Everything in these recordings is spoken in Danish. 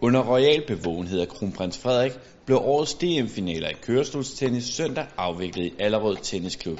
Under royal bevågenhed af kronprins Frederik blev årets DM-finaler i kørestolstennis søndag afviklet i Allerød Tennisklub.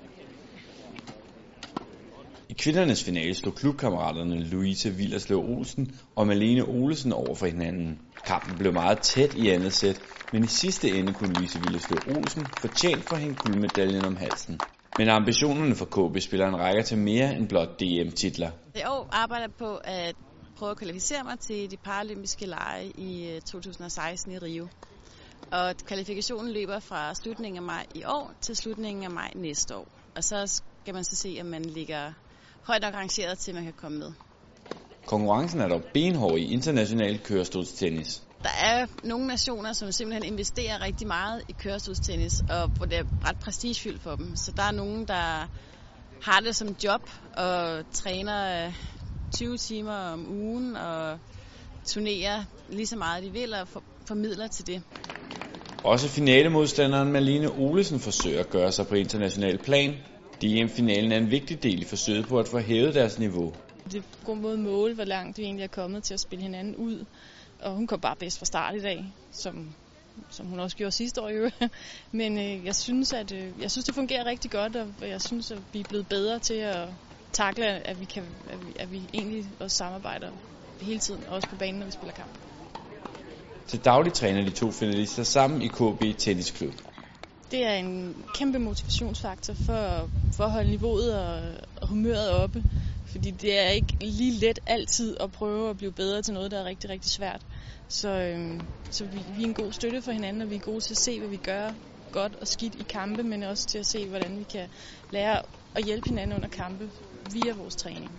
I kvindernes finale stod klubkammeraterne Louise Willerslev Olsen og Malene Olesen over for hinanden. Kampen blev meget tæt i andet sæt, men i sidste ende kunne Louise Willerslev Olsen fortjent for hende guldmedaljen om halsen. Men ambitionerne for KB-spilleren rækker til mere end blot DM-titler. I år arbejder jeg på at prøve at kvalificere mig til de paralympiske lege i 2016 i Rio. Og kvalifikationen løber fra slutningen af maj i år til slutningen af maj næste år. Og så skal man så se, om man ligger højt nok rangeret til, at man kan komme med. Konkurrencen er dog benhård i international kørestolstennis. Der er nogle nationer, som simpelthen investerer rigtig meget i kørestolstennis, og hvor det er ret prestigefyldt for dem. Så der er nogen, der har det som job og træner 20 timer om ugen og turnerer lige så meget de vil og formidler til det. Også finalemodstanderen Malene Olesen forsøger at gøre sig på international plan. DM-finalen er en vigtig del i forsøget på at få hævet deres niveau. Det går mod mål, hvor langt vi egentlig er kommet til at spille hinanden ud. Og hun kom bare bedst fra start i dag, som hun også gjorde sidste år jo. Men jeg synes, det fungerer rigtig godt, og jeg synes, at vi er blevet bedre til at takle, at vi egentlig også samarbejder hele tiden, også på banen, når vi spiller kamp. Til daglig træner de to finalister sammen i KB Tennisklub. Det er en kæmpe motivationsfaktor for at holde niveauet og humøret oppe. Fordi det er ikke lige let altid at prøve at blive bedre til noget, der er rigtig, rigtig svært. Så vi er en god støtte for hinanden, og vi er gode til at se, hvad vi gør godt og skidt i kampe, men også til at se, hvordan vi kan lære at hjælpe hinanden under kampe via vores træning.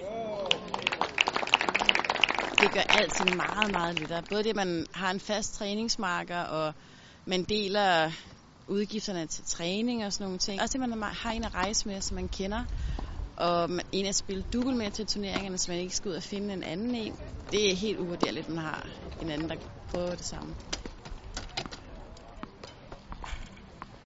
Det gør alting meget, meget lettere. Både det, at man har en fast træningsmarker, og man deler udgifterne til træning og sådan nogle ting. Også det, man har en at rejse med, som man kender. Og en at spille double med til turneringerne, så man ikke skal ud og finde en anden en. Det er helt uvurderligt, at man har en anden, der prøver det samme.